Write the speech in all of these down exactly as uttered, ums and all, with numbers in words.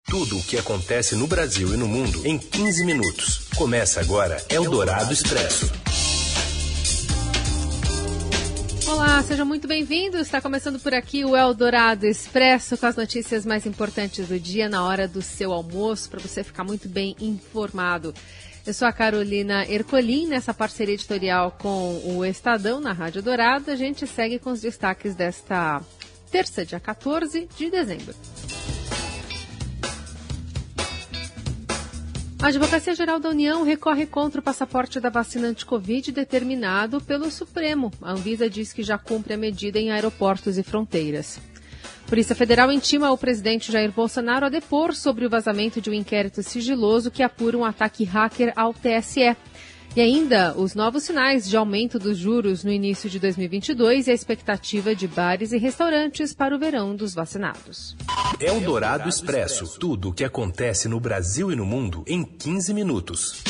Tudo o que acontece no Brasil e no mundo em quinze minutos. Começa agora Eldorado Expresso. Olá, sejam muito bem-vindos. Está começando por aqui o Eldorado Expresso com as notícias mais importantes do dia na hora do seu almoço, para você ficar muito bem informado. Eu sou a Carolina Ercolim, nessa parceria editorial com o Estadão na Rádio Dourado. A gente segue com os destaques desta terça, dia quatorze de dezembro. A Advocacia Geral da União recorre contra o passaporte da vacina anti-Covid determinado pelo Supremo. A Anvisa diz que já cumpre a medida em aeroportos e fronteiras. A Polícia Federal intima o presidente Jair Bolsonaro a depor sobre o vazamento de um inquérito sigiloso que apura um ataque hacker ao T S E. E ainda os novos sinais de aumento dos juros no início de dois mil e vinte e dois e a expectativa de bares e restaurantes para o verão dos vacinados. Eldorado Expresso. Tudo o que acontece no Brasil e no mundo em quinze minutos.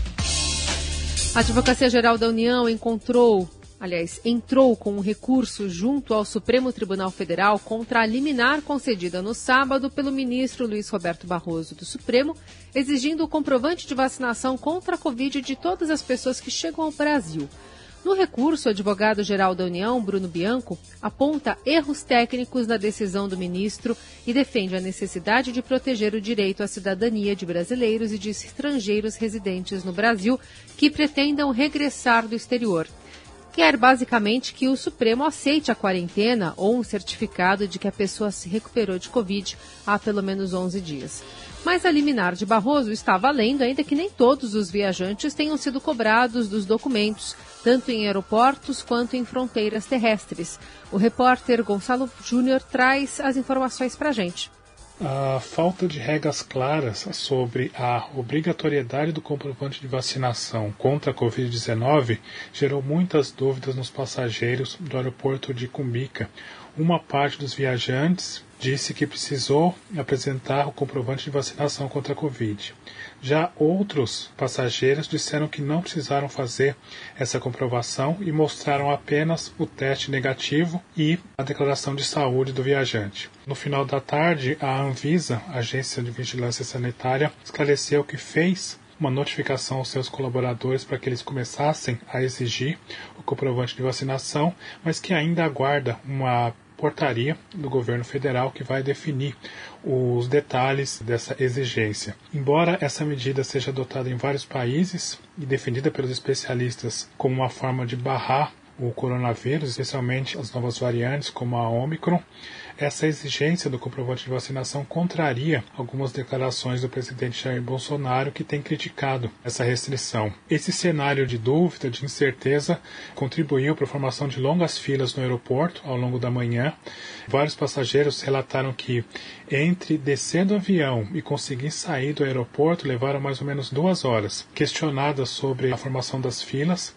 A Advocacia Geral da União encontrou, aliás, entrou com um recurso junto ao Supremo Tribunal Federal contra a liminar concedida no sábado pelo ministro Luiz Roberto Barroso do Supremo, exigindo o comprovante de vacinação contra a Covid de todas as pessoas que chegam ao Brasil. No recurso, o advogado-geral da União, Bruno Bianco, aponta erros técnicos na decisão do ministro e defende a necessidade de proteger o direito à cidadania de brasileiros e de estrangeiros residentes no Brasil que pretendam regressar do exterior. Quer basicamente que o Supremo aceite a quarentena ou um certificado de que a pessoa se recuperou de Covid há pelo menos onze dias. Mas a liminar de Barroso está valendo, ainda que nem todos os viajantes tenham sido cobrados dos documentos, tanto em aeroportos quanto em fronteiras terrestres. O repórter Gonçalo Júnior traz as informações para a gente. A falta de regras claras sobre a obrigatoriedade do comprovante de vacinação contra a covid dezenove gerou muitas dúvidas nos passageiros do aeroporto de Cumbica. Uma parte dos viajantes disse que precisou apresentar o comprovante de vacinação contra a Covid. Já outros passageiros disseram que não precisaram fazer essa comprovação e mostraram apenas o teste negativo e a declaração de saúde do viajante. No final da tarde, a Anvisa, Agência de Vigilância Sanitária, esclareceu que fez uma notificação aos seus colaboradores para que eles começassem a exigir o comprovante de vacinação, mas que ainda aguarda uma portaria do governo federal que vai definir os detalhes dessa exigência. Embora essa medida seja adotada em vários países e defendida pelos especialistas como uma forma de barrar o coronavírus, especialmente as novas variantes como a Ômicron, essa exigência do comprovante de vacinação contraria algumas declarações do presidente Jair Bolsonaro, que tem criticado essa restrição. Esse cenário de dúvida, de incerteza, contribuiu para a formação de longas filas no aeroporto ao longo da manhã. Vários passageiros relataram que entre descer do avião e conseguir sair do aeroporto levaram mais ou menos duas horas. Questionada sobre a formação das filas,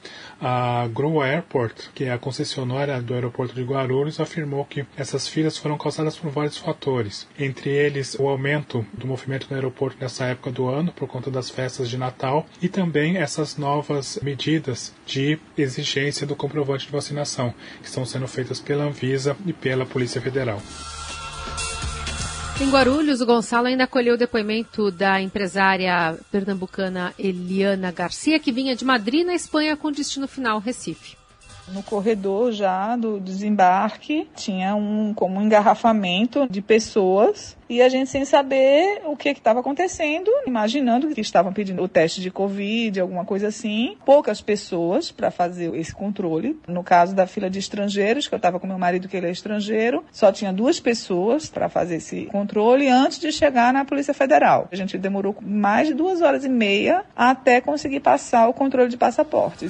a Gru Airport, que é a concessionária do aeroporto de Guarulhos, afirmou que essas filas foram causadas por vários fatores, entre eles o aumento do movimento no aeroporto nessa época do ano, por conta das festas de Natal, e também essas novas medidas de exigência do comprovante de vacinação, que estão sendo feitas pela Anvisa e pela Polícia Federal. Em Guarulhos, o Gonçalo ainda acolheu o depoimento da empresária pernambucana Eliana Garcia, que vinha de Madrid, na Espanha, com destino final Recife. No corredor já do desembarque tinha um, como um engarrafamento de pessoas e a gente sem saber o que estava acontecendo, imaginando que estavam pedindo o teste de Covid, alguma coisa assim. Poucas pessoas para fazer esse controle. No caso da fila de estrangeiros, que eu estava com meu marido que ele é estrangeiro, só tinha duas pessoas para fazer esse controle antes de chegar na Polícia Federal. A gente demorou mais de duas horas e meia até conseguir passar o controle de passaportes.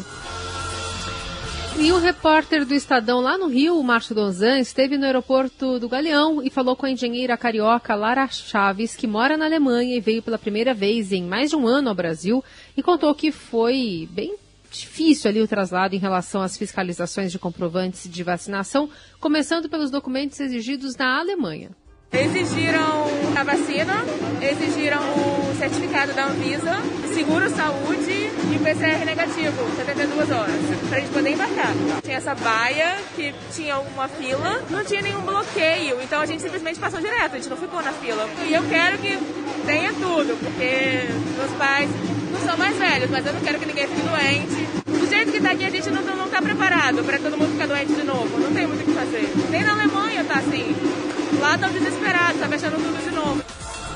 E o repórter do Estadão lá no Rio, o Márcio Donzan, esteve no aeroporto do Galeão e falou com a engenheira carioca Lara Chaves, que mora na Alemanha e veio pela primeira vez em mais de um ano ao Brasil, e contou que foi bem difícil ali o traslado em relação às fiscalizações de comprovantes de vacinação, começando pelos documentos exigidos na Alemanha. Exigiram a vacina, exigiram o certificado da Anvisa, seguro-saúde e P C R negativo, setenta e duas horas, para a gente poder embarcar. Tinha essa baia que tinha uma fila, não tinha nenhum bloqueio, então a gente simplesmente passou direto, a gente não ficou na fila. E eu quero que tenha tudo, porque meus pais não são mais velhos, mas eu não quero que ninguém fique doente. Do jeito que tá aqui, a gente não, não tá preparado para todo mundo ficar doente de novo. Não tem muito o que fazer. Nem na Alemanha tá assim. Lá estão desesperados, tá fechando tudo de novo.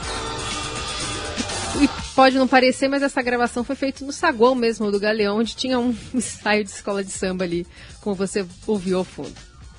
E pode não parecer, mas essa gravação foi feita no saguão mesmo do Galeão, onde tinha um ensaio de escola de samba ali, como você ouviu ao fundo.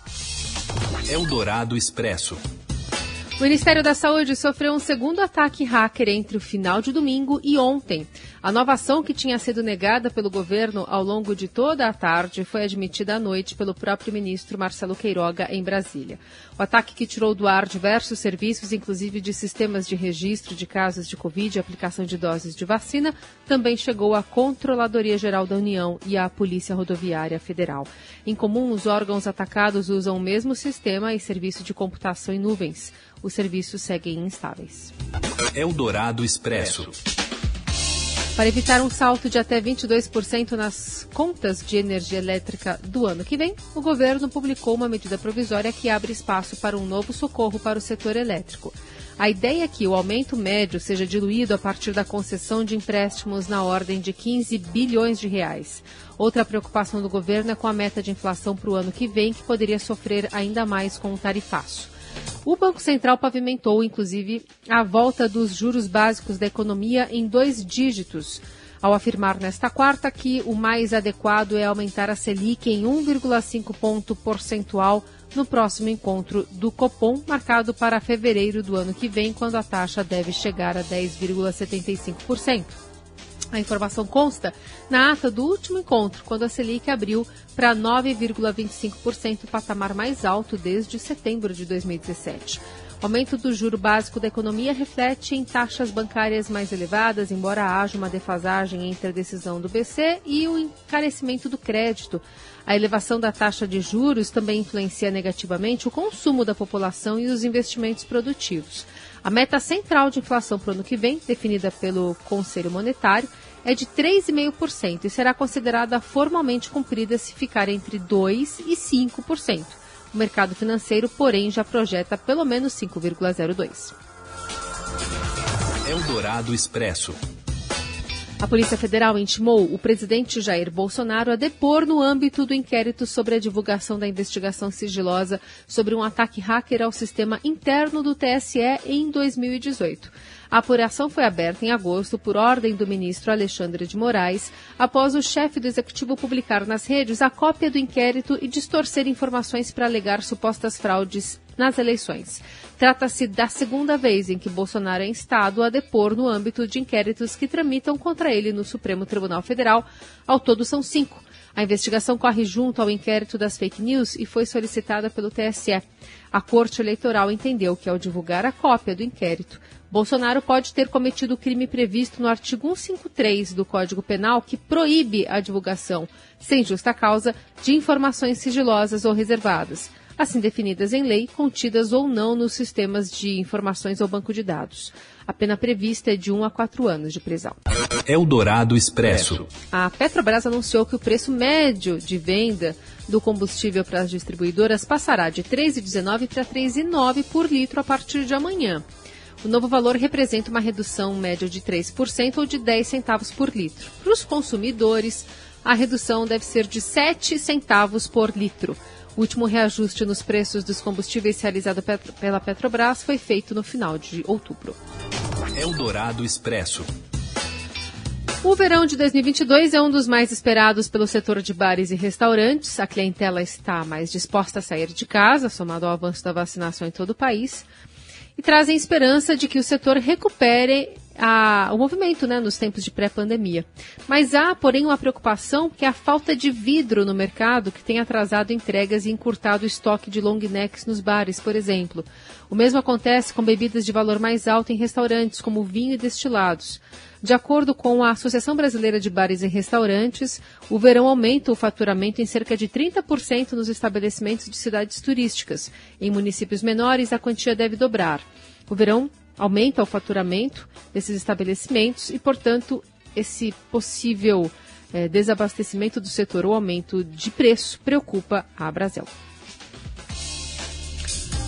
Eldorado Expresso. O Ministério da Saúde sofreu um segundo ataque hacker entre o final de domingo e ontem. A nova ação, que tinha sido negada pelo governo ao longo de toda a tarde, foi admitida à noite pelo próprio ministro Marcelo Queiroga em Brasília. O ataque, que tirou do ar diversos serviços, inclusive de sistemas de registro de casos de Covid e aplicação de doses de vacina, também chegou à Controladoria Geral da União e à Polícia Rodoviária Federal. Em comum, os órgãos atacados usam o mesmo sistema e serviço de computação em nuvens. Os serviços seguem instáveis. Eldorado Expresso. Para evitar um salto de até vinte e dois por cento nas contas de energia elétrica do ano que vem, o governo publicou uma medida provisória que abre espaço para um novo socorro para o setor elétrico. A ideia é que o aumento médio seja diluído a partir da concessão de empréstimos na ordem de quinze bilhões de reais. Outra preocupação do governo é com a meta de inflação para o ano que vem, que poderia sofrer ainda mais com o tarifaço. O Banco Central pavimentou, inclusive, a volta dos juros básicos da economia em dois dígitos, ao afirmar nesta quarta que o mais adequado é aumentar a Selic em um vírgula cinco ponto percentual no próximo encontro do Copom, marcado para fevereiro do ano que vem, quando a taxa deve chegar a dez vírgula setenta e cinco por cento. A informação consta na ata do último encontro, quando a Selic abriu para nove vírgula vinte e cinco por cento, o patamar mais alto desde setembro de dois mil e dezessete. O aumento do juro básico da economia reflete em taxas bancárias mais elevadas, embora haja uma defasagem entre a decisão do B C e o encarecimento do crédito. A elevação da taxa de juros também influencia negativamente o consumo da população e os investimentos produtivos. A meta central de inflação para o ano que vem, definida pelo Conselho Monetário, é de três vírgula cinco por cento e será considerada formalmente cumprida se ficar entre dois por cento e cinco por cento. O mercado financeiro, porém, já projeta pelo menos cinco vírgula zero dois por cento. Eldorado Expresso. A Polícia Federal intimou o presidente Jair Bolsonaro a depor no âmbito do inquérito sobre a divulgação da investigação sigilosa sobre um ataque hacker ao sistema interno do T S E em dois mil e dezoito. A apuração foi aberta em agosto por ordem do ministro Alexandre de Moraes, após o chefe do executivo publicar nas redes a cópia do inquérito e distorcer informações para alegar supostas fraudes nas eleições. Trata-se da segunda vez em que Bolsonaro é instado a depor no âmbito de inquéritos que tramitam contra ele no Supremo Tribunal Federal. Ao todo, são cinco. A investigação corre junto ao inquérito das fake news e foi solicitada pelo T S E. A Corte Eleitoral entendeu que, ao divulgar a cópia do inquérito, Bolsonaro pode ter cometido o crime previsto no artigo cento e cinquenta e três do Código Penal, que proíbe a divulgação, sem justa causa, de informações sigilosas ou reservadas, assim definidas em lei, contidas ou não nos sistemas de informações ou banco de dados. A pena prevista é de um a quatro anos de prisão. Eldorado Expresso. A Petrobras anunciou que o preço médio de venda do combustível para as distribuidoras passará de três reais e dezenove centavos para três reais e nove centavos por litro a partir de amanhã. O novo valor representa uma redução média de três por cento ou de dez centavos por litro. Para os consumidores, a redução deve ser de sete centavos por litro. O último reajuste nos preços dos combustíveis realizado pela Petrobras foi feito no final de outubro. Eldorado Expresso. O verão de dois mil e vinte e dois é um dos mais esperados pelo setor de bares e restaurantes. A clientela está mais disposta a sair de casa, somado ao avanço da vacinação em todo o país, e trazem esperança de que o setor recupere a, o movimento, né, nos tempos de pré-pandemia. Mas há, porém, uma preocupação, que é a falta de vidro no mercado, que tem atrasado entregas e encurtado o estoque de long necks nos bares, por exemplo. O mesmo acontece com bebidas de valor mais alto em restaurantes, como vinho e destilados. De acordo com a Associação Brasileira de Bares e Restaurantes, o verão aumenta o faturamento em cerca de trinta por cento nos estabelecimentos de cidades turísticas. Em municípios menores, a quantia deve dobrar. O verão aumenta o faturamento desses estabelecimentos e, portanto, esse possível eh, desabastecimento do setor ou aumento de preço preocupa a Brasel.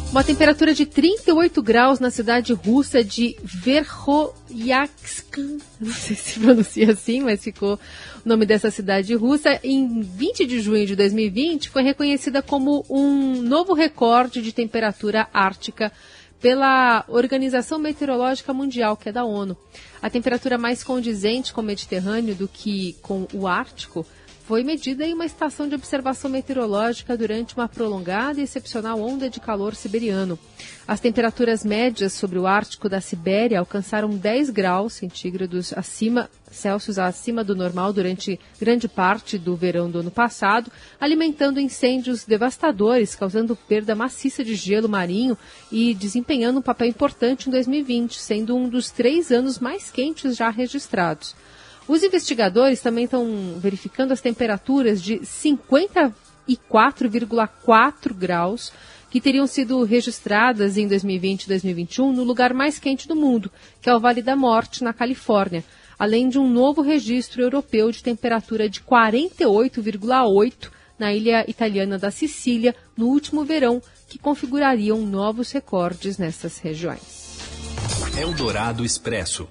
Uma temperatura de trinta e oito graus na cidade russa de Verkhoyansk, não sei se pronuncia assim, mas ficou o nome dessa cidade russa, em vinte de junho de dois mil e vinte, foi reconhecida como um novo recorde de temperatura ártica pela Organização Meteorológica Mundial, que é da ONU. A temperatura mais condizente com o Mediterrâneo do que com o Ártico foi medida em uma estação de observação meteorológica durante uma prolongada e excepcional onda de calor siberiano. As temperaturas médias sobre o Ártico da Sibéria alcançaram dez graus centígrados acima, Celsius acima do normal durante grande parte do verão do ano passado, alimentando incêndios devastadores, causando perda maciça de gelo marinho e desempenhando um papel importante em dois mil e vinte, sendo um dos três anos mais quentes já registrados. Os investigadores também estão verificando as temperaturas de cinquenta e quatro vírgula quatro graus que teriam sido registradas em dois mil e vinte e dois mil e vinte e um no lugar mais quente do mundo, que é o Vale da Morte, na Califórnia, além de um novo registro europeu de temperatura de quarenta e oito vírgula oito na ilha italiana da Sicília no último verão, que configurariam novos recordes nessas regiões. Eldorado Expresso.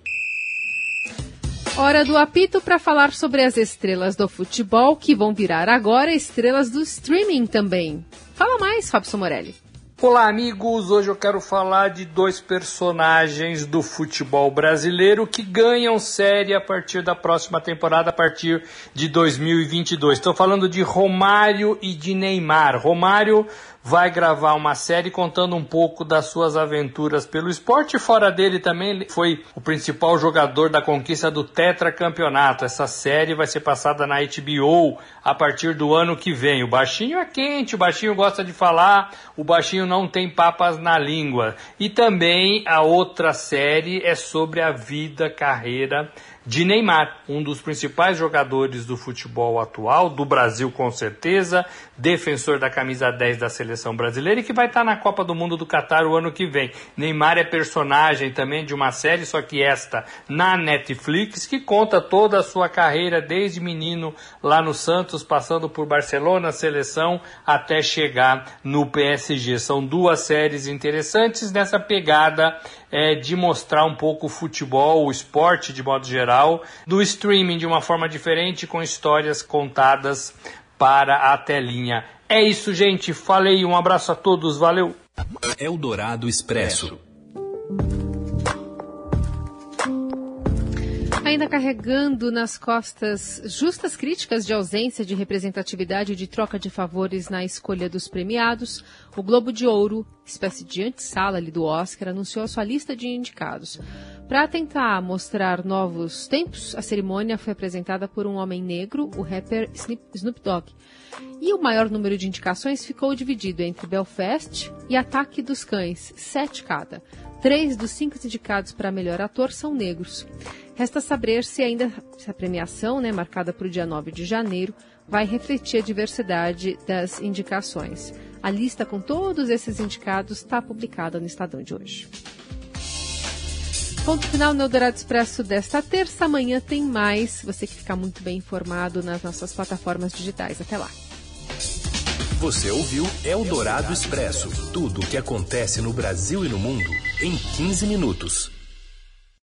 Hora do apito para falar sobre as estrelas do futebol, que vão virar agora estrelas do streaming também. Fala mais, Robson Morelli. Olá, amigos. Hoje eu quero falar de dois personagens do futebol brasileiro que ganham série a partir da próxima temporada, a partir de dois mil e vinte e dois. Estou falando de Romário e de Neymar. Romário vai gravar uma série contando um pouco das suas aventuras pelo esporte. Fora dele também, ele foi o principal jogador da conquista do tetracampeonato. Essa série vai ser passada na H B O a partir do ano que vem. O baixinho é quente, o baixinho gosta de falar, o baixinho não tem papas na língua. E também a outra série é sobre a vida, carreira de Neymar, um dos principais jogadores do futebol atual, do Brasil com certeza, defensor da camisa dez da seleção brasileira e que vai estar na Copa do Mundo do Catar o ano que vem. Neymar é personagem também de uma série, só que esta na Netflix, que conta toda a sua carreira desde menino lá no Santos, passando por Barcelona, seleção, até chegar no P S G. São duas séries interessantes nessa pegada é, de mostrar um pouco o futebol, o esporte de modo geral, do streaming de uma forma diferente, com histórias contadas para a telinha. É isso, gente. Falei, um abraço a todos, valeu. Eldorado Expresso. Ainda carregando nas costas justas críticas de ausência de representatividade e de troca de favores na escolha dos premiados, o Globo de Ouro, espécie de antessala ali do Oscar, anunciou a sua lista de indicados. Para tentar mostrar novos tempos, a cerimônia foi apresentada por um homem negro, o rapper Snoop Dogg. E o maior número de indicações ficou dividido entre Belfast e Ataque dos Cães, sete cada. Três dos cinco indicados para melhor ator são negros. Resta saber se ainda se a premiação, né, marcada para o dia nove de janeiro, vai refletir a diversidade das indicações. A lista com todos esses indicados está publicada no Estadão de hoje. Ponto final no Eldorado Expresso desta terça. Amanhã tem mais. Você que fica muito bem informado nas nossas plataformas digitais. Até lá. Você ouviu Eldorado Expresso. Tudo o que acontece no Brasil e no mundo em quinze minutos.